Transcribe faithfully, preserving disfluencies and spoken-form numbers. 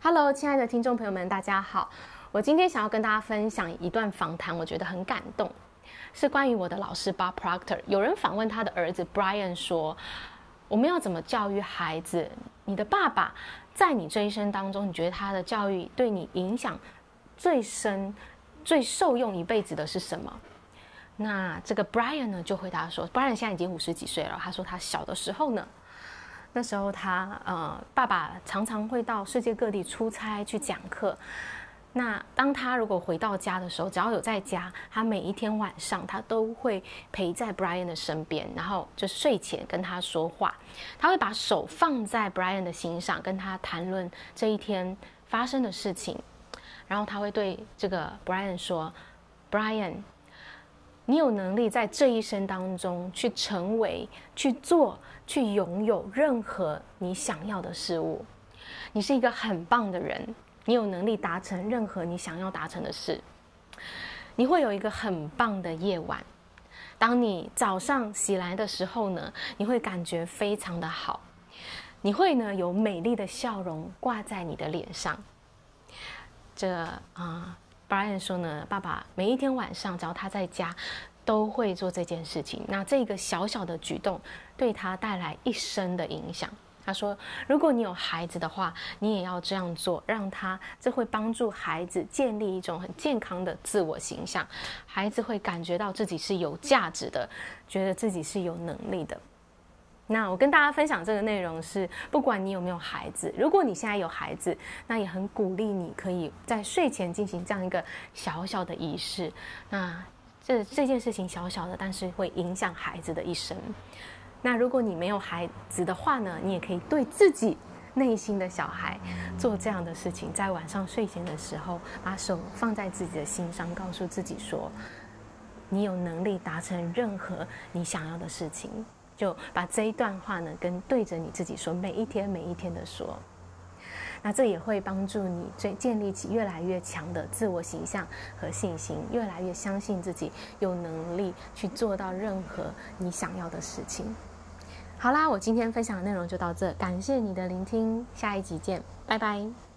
Hello， 亲爱的听众朋友们，大家好。我今天想要跟大家分享一段访谈，我觉得很感动，是关于我的老师 Bob Proctor。有人访问他的儿子 Brian 说：“我们要怎么教育孩子？你的爸爸在你这一生当中，你觉得他的教育对你影响最深、最受用一辈子的是什么？”那这个 Brian 呢就回答说 ：“Brian 现在已经五十几岁了。他说他小的时候呢。”那时候他呃，爸爸常常会到世界各地出差去讲课。那当他如果回到家的时候，只要有在家，他每一天晚上他都会陪在 Brian 的身边，然后就睡前跟他说话。他会把手放在 Brian 的心上，跟他谈论这一天发生的事情。然后他会对这个 Brian 说 ：“Brian， 你有能力在这一生当中去成为、去做、去拥有任何你想要的事物。你是一个很棒的人，你有能力达成任何你想要达成的事。你会有一个很棒的夜晚。当你早上起来的时候呢，你会感觉非常的好。你会呢有美丽的笑容挂在你的脸上。”这啊。呃Brian 说呢，爸爸每一天晚上，只要他在家，都会做这件事情。那这个小小的举动，对他带来一生的影响。他说，如果你有孩子的话，你也要这样做，让他这会帮助孩子建立一种很健康的自我形象。孩子会感觉到自己是有价值的，觉得自己是有能力的。那我跟大家分享这个内容是，不管你有没有孩子，如果你现在有孩子，那也很鼓励你可以在睡前进行这样一个小小的仪式。那这这件事情小小的，但是会影响孩子的一生。那如果你没有孩子的话呢，你也可以对自己内心的小孩做这样的事情，在晚上睡前的时候，把手放在自己的心上，告诉自己说，你有能力达成任何你想要的事情。就把这一段话呢，跟对着你自己说，每一天每一天的说。那这也会帮助你建立起越来越强的自我形象和信心，越来越相信自己有能力去做到任何你想要的事情。好啦，我今天分享的内容就到这，感谢你的聆听，下一集见，拜拜。